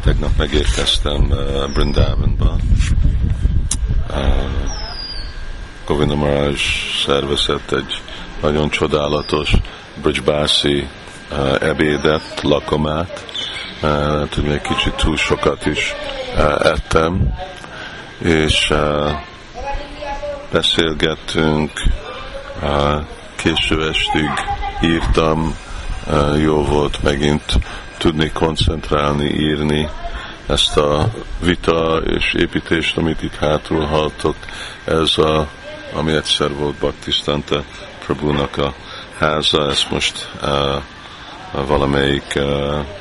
Tegnap megérkeztem Brindavanba. Govinda Maharaj szervezett egy nagyon csodálatos Brijbási ebédet, lakomát. Tudom, egy kicsit túl sokat is ettem, és beszélgettünk, késő estig írtam, jó volt megint tudni koncentrálni, írni ezt a vita és építést, amit itt hátul hallottok, ez ami egyszer volt Bhaktisiddhanta Prabhunak a háza, ezt most valamelyik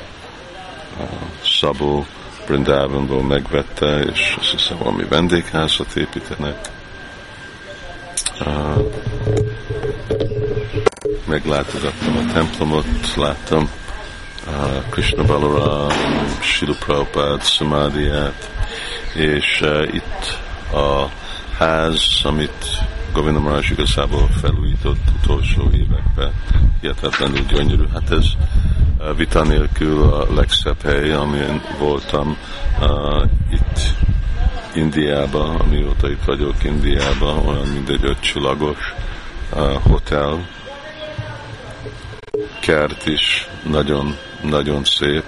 Szabó Brindavanból megvette, és azt hiszem valami vendégházat építenek. Meglátogattam a templomot, láttam Krishna Balaram, Srila Prabhupada szamádiát, és itt a ház, amit Govinda Maharaj igazából felújított utolsó években, hihetetlenül gyönyörű. Hát ez vita nélkül a legszebb hely, amin voltam itt Indiában, amióta itt vagyok Indiában, olyan mindegy 5 csillagos hotel, kert is nagyon, nagyon szép.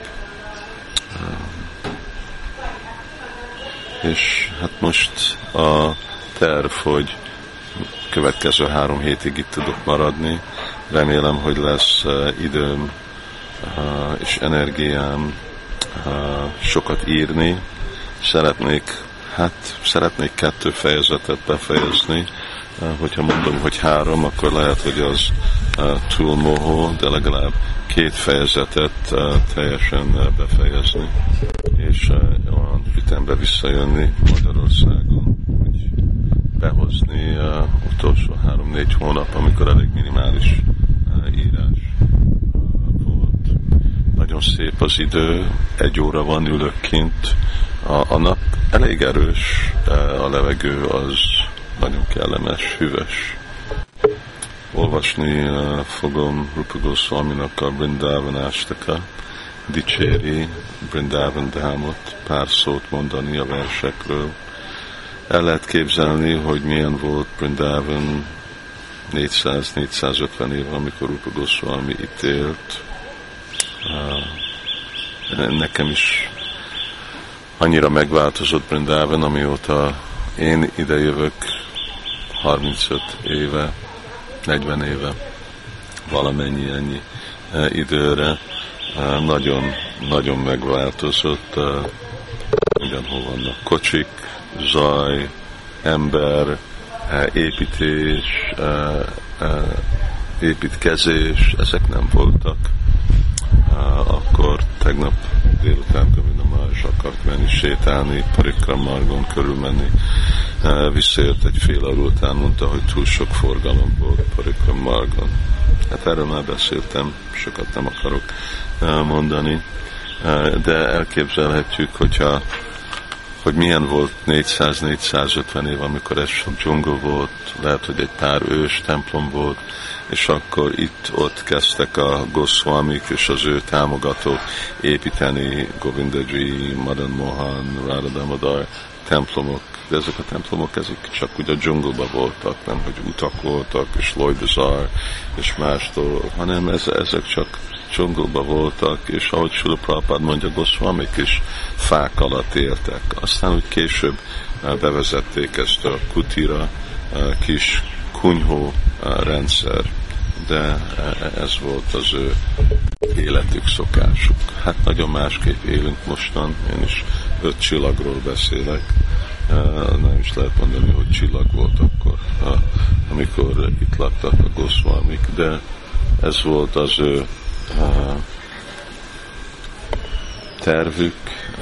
És hát most a terv, hogy következő 3 hétig itt tudok maradni. Remélem, hogy lesz időm és energiám sokat írni. Szeretnék 2 fejezetet befejezni. Hogyha mondom, hogy 3, akkor lehet, hogy az túl mohó, de legalább 2 fejezetet teljesen befejezni, és olyan ütembe visszajönni Magyarországon, hogy behozni utolsó 3-4 hónap, amikor elég minimális írás volt. Nagyon szép az idő, 1 óra van, ülök kint, a nap elég erős, a levegő az nagyon kellemes, hűvös. Olvasni fogom Rupa Goswaminak a Brindavan Astaka, dicséri Brindavan Dhámot, pár szót mondani a versekről. El lehet képzelni, hogy milyen volt Brindavan 400-450 éve, amikor Rupa Goswami itt élt. Nekem is annyira megváltozott Brindavan, amióta én ide jövök 35 éve, 40 éve, valamennyi időre. Nagyon, nagyon megváltozott. Ugyanhol vannak kocsik, zaj, ember, építés, építkezés, ezek nem voltak. Akkor tegnap délután Govinda Maharaj akart menni sétálni, Parikram Margon körülmenni. Visszajött egy fél óra után, mondta, hogy túl sok forgalom volt Parikram Margon. Hát erről már beszéltem, sokat nem akarok mondani, de elképzelhetjük, hogy milyen volt 400-450 év, amikor ez sok dzsungel volt, lehet, hogy egy pár ős templom volt, és akkor itt-ott kezdtek a Goswamik és az ő támogatók építeni Govindaji, Madan Mohan, Radha Damodar templomok, de ezek a templomok ezek csak úgy a dzsungelben voltak, nem hogy utak voltak, és Lloyd Bazaar, és más dolgok, hanem ezek csak dzsungelben voltak, és ahogy Srila Prabhupada mondja, Goswamik is fák alatt éltek. Aztán úgy később bevezették ezt a kutira, kis kunyhó rendszer, de ez volt az ő életük, szokásuk. Hát nagyon másképp élünk mostan, én is 5 csillagról beszélek, nem is lehet mondani, hogy csillag volt akkor, amikor itt laktak a Goswamik, de ez volt az ő tervük,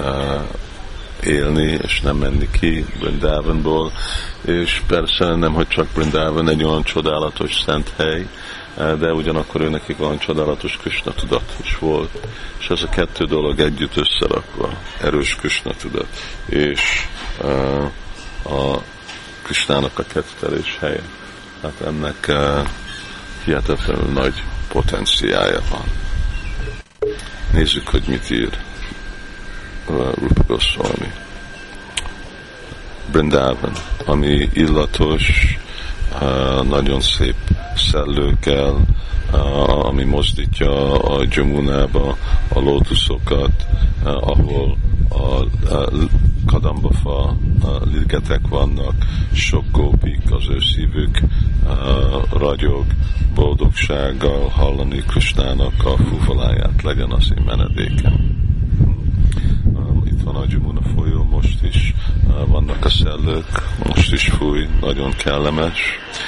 élni és nem menni ki Brindavanból, és persze nem, hogy csak Brindavan egy olyan csodálatos szent hely, de ugyanakkor ő nekik olyan csodálatos Krishna tudat is volt, és ez a 2 dolog együtt összerakva, erős Krishna tudat, és a Krishnának a kettelés helye. Hát ennek hihetetlenül nagy potenciája van. Nézzük, hogy mit ír. Rupa Goswami. Brindavan, ami illatos, nagyon szép szellőkkel, ami mozdítja a Jamunába a lótuszokat, ahol a kadambafa ligetek vannak, sok gópik, az ő szívük ragyog boldogsággal hallani Krisnának a fuvoláját, legyen az én menedékem. Itt van a Jamuna folyó, most is vannak a szellők, most is fúj, nagyon kellemes.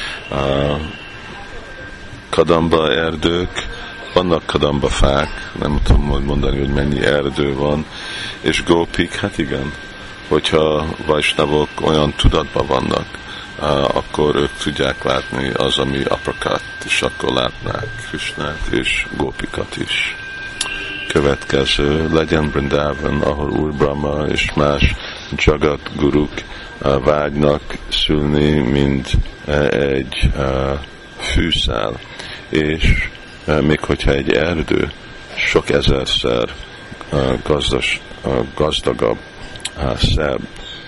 Kadamba erdők, vannak kadamba fák, nem tudom mondani, hogy mennyi erdő van, és gópik, hát igen, hogyha vajsnavok olyan tudatban vannak, akkor ők tudják látni az, ami aprakat, és akkor látnák Krisnát és gópikat is. Következő, legyen Brindavan, ahol Úr Brahma és más Jagat guruk vágynak szülni, mint egy fűszál, és még hogyha egy erdő sok ezerszer gazdagabb, szebb,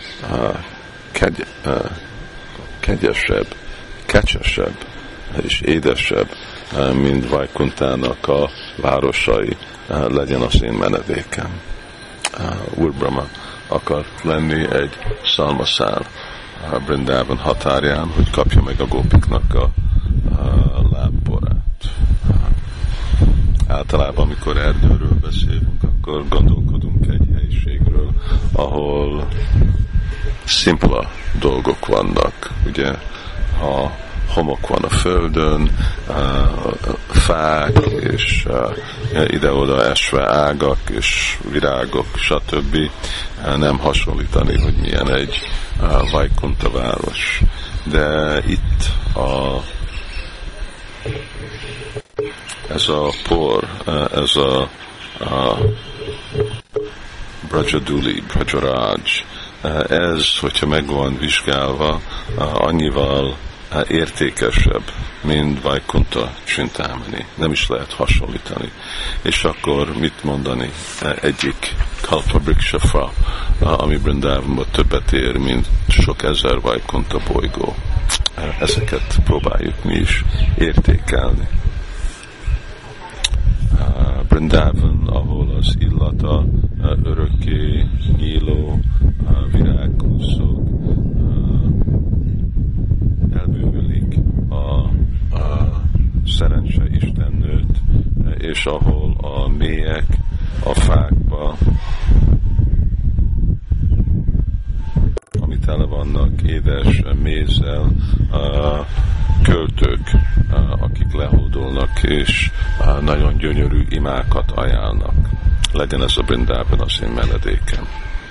kegyesebb, kecsesebb és édesebb, mint Vajkuntának a városai, legyen az én menedékem. Úr Brahma akart lenni egy szalmaszál Brindavan határján, hogy kapja meg a gópiknak a lábporát. Általában, amikor erdőről beszélünk, akkor gondolkodunk egy helyiségről, ahol szimpla dolgok vannak. Ugye, ha homok van a földön, fák, és ide-oda esve ágak, és virágok, stb. Nem hasonlítani, hogy milyen egy Vajkunta város. De itt ez a por, ez a Brajaduli, Brajaraj, ez, hogyha meg van vizsgálva, annyival értékesebb, mint Vajkunta Csintámani. Nem is lehet hasonlítani. És akkor mit mondani? Egyik Kalpabriksha fa, ami Brindavanban többet ér, mint sok ezer Vajkunta bolygó. Ezeket próbáljuk mi is értékelni. Brindavan, ahol az illata örökké nyíló virágkúszók elbűvölik a szerencse istennőt, és ahol a mélyek a fákba, ami tele vannak édes mézzel, költők, akik lehódolnak, és nagyon gyönyörű imákat ajánlnak. Legyen ez a Brindavan az én menedékem.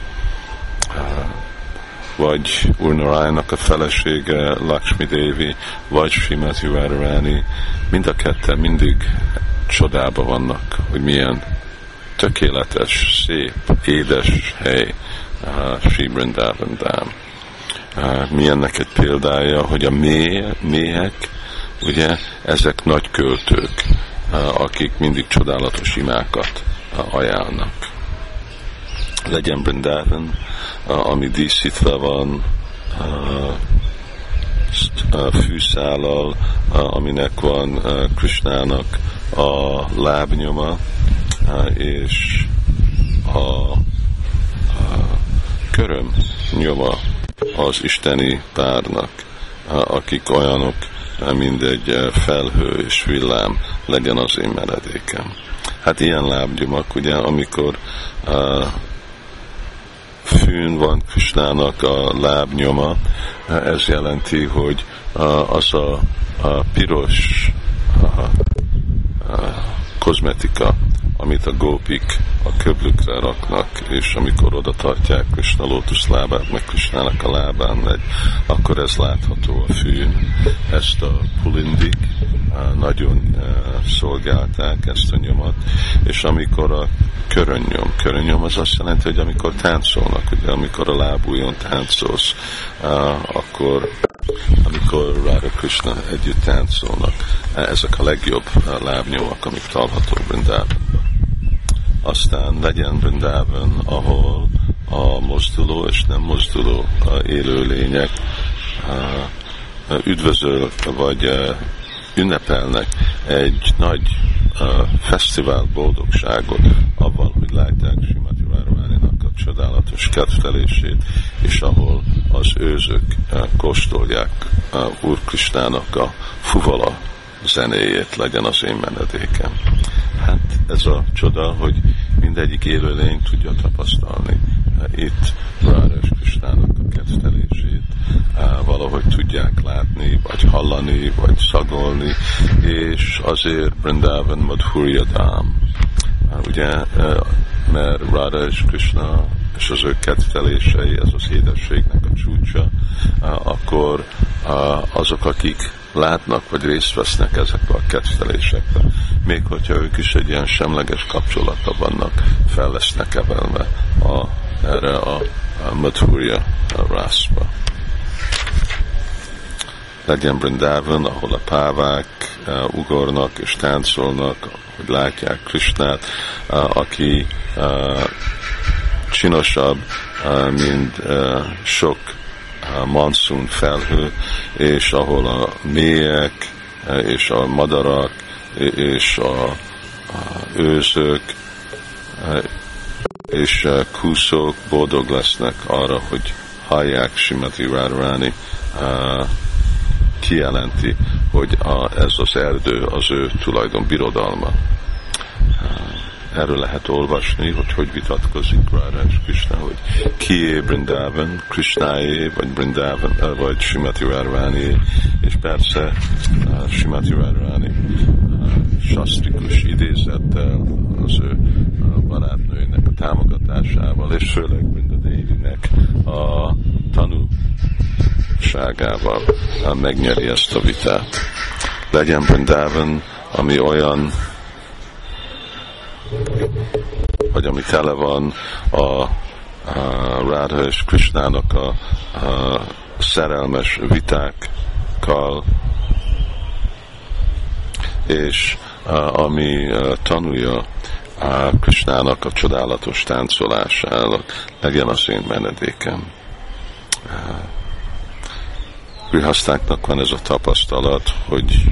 Vagy Úr Narayannak a felesége, Lakshmi Devi, vagy Srimati Radharani, mind a ketten mindig csodában vannak, hogy milyen tökéletes, szép, édes hely Sri Brindavan Dham. Milyennek egy példája, hogy a méhek, ugye, ezek nagy költők, akik mindig csodálatos imákat ajánlnak. Legyen Brindavan, ami díszítve van fűszállal, aminek van Krisnának a lábnyoma, és a köröm nyoma az isteni párnak, akik olyanok, mint egy felhő és villám, legyen az én menedékem. Hát ilyen lábnyomak, ugye, amikor fűn van Krisnának a lábnyoma, ez jelenti, hogy az a piros kozmetika, amit a gópik a köblükre raknak, és amikor oda tartják Krishna lótusz lábát, meg Krishnának a lábán megy, akkor ez látható a fűn. Ezt a pulindik nagyon szolgálták, ezt a nyomat, és amikor a körönnyom az azt jelenti, hogy amikor táncolnak, ugye, amikor a lábújon táncolsz, akkor amikor Radha Krishna együtt táncolnak, ezek a legjobb lábnyomak, amik található Brindavanban. aztán legyen Vrindavan, ahol a mozduló és nem mozduló élőlények üdvözöl, vagy ünnepelnek egy nagy fesztivál boldogságot avval, hogy látják Srimati Radharaninak a csodálatos kedvelését, és ahol az őzök kóstolják Úr Krisnának a fuvala zenéjét, legyen az én menedékem. Hát ez a csoda, hogy mindegyik élőlény tudja tapasztalni itt Radha és Krisnának a kedvelését, valahogy tudják látni, vagy hallani, vagy szagolni, és azért Vrindavan Madhurya Dham. Ugye, mert Radha és Krishna és az ő kedvelései, ez az édességnek a csúcsa, akkor azok, akik látnak, vagy részt vesznek ezekbe a kedvelésekbe, még hogyha ők is egy ilyen semleges kapcsolatban vannak, fel lesznek emelve erre a Madhurya rászba. Legyen Vrindavan, ahol a pávák ugornak és táncolnak, hogy látják Krishnát, aki csinosabb, mint sok monszun felhő, és ahol a mélyek, és a madarak, és a őzök, és kúszók boldog lesznek arra, hogy hallják Srimati Radharani kijelenti, hogy ez az erdő az ő tulajdon birodalma. Erről lehet olvasni, hogy vitatkozik Radha és Krishna, hogy kié Vrindavan, Krishnáé, vagy Vrindavan, vagy Srimati Radharani, és persze Srimati Radharani sastrikus idézettel, az ő barátnőinek a támogatásával, és főleg Vrindadevinek a tanúságával megnyeri ezt a vitát. Legyen Vrindavan, ami olyan, vagy ami tele van a Radha és Krishnának a szerelmes vitákkal, és ami tanulja Krishnának a csodálatos táncolásának, legyen az én menedékem. Grihasztáknak van ez a tapasztalat, hogy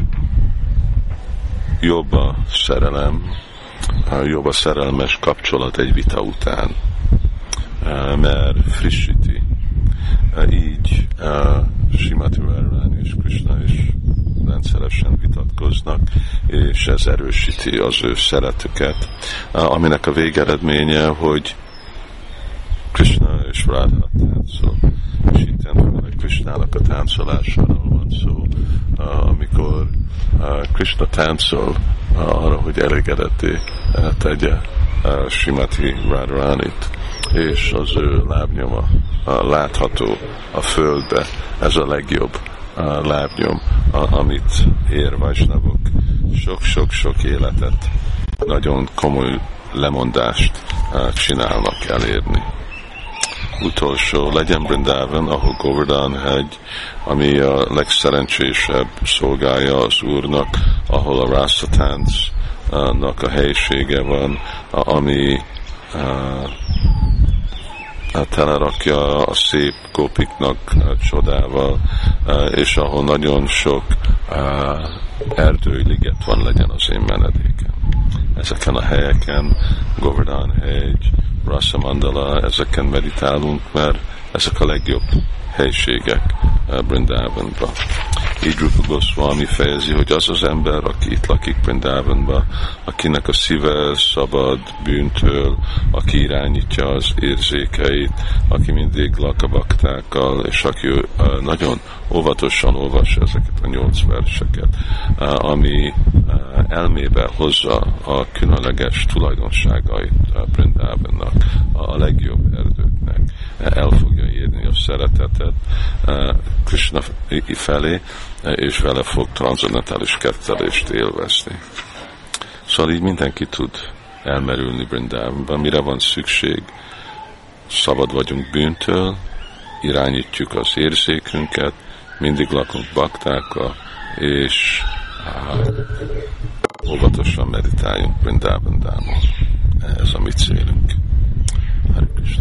jobb a szerelem, jobb a szerelmes kapcsolat egy vita után, mert frissíti. Így Srimati Radharani és Krishna is rendszeresen vitatkoznak, és ez erősíti az ő szeretüket, aminek a végeredménye, hogy Krishna és Radha táncol. És itt Krishnának a táncolásáról van szó, amikor Krishna táncol arra, hogy elégedetté tegye Srimati Radharanit, és az ő lábnyoma látható a földbe. Ez a legjobb lábnyom, amit ér Vajsnavok. Sok-sok-sok életet, nagyon komoly lemondást csinálnak elérni. Utolsó, legyen Vrindavan, ahol Govardhan hegy, ami a legszerencsésebb szolgálja az Úrnak, ahol a rászatáncnak a helyisége van, ami telerakja a szép gópiknak csodával, és ahol nagyon sok erdői liget van, legyen az én menedékem. Ezeken a helyeken, Govardhan hegy, Rasa Mandala, ezeken meditálunk, mert ezek a legjobb helységek Vrindavanban. Így Rupa Goswami fejezi, hogy az az ember, aki itt lakik Vrindavanban, akinek a szíve szabad bűntől, aki irányítja az érzékeit, aki mindig lak a baktákkal, és aki nagyon óvatosan olvassa ezeket a 8 verseket, ami elmébe hozza a különleges tulajdonságait Vrindavannak, a legjobb erdőknek, el fogja érni a szeretetet Krishna felé, és vele fog transzendentális kettelést élvezni. Szóval így mindenki tud elmerülni Vrindavanban. Mire van szükség? Szabad vagyunk bűntől, irányítjuk az érzékünket, mindig lakunk baktákkal, és óvatosan meditáljunk Vrindavan Dhámon. ez a mi célunk.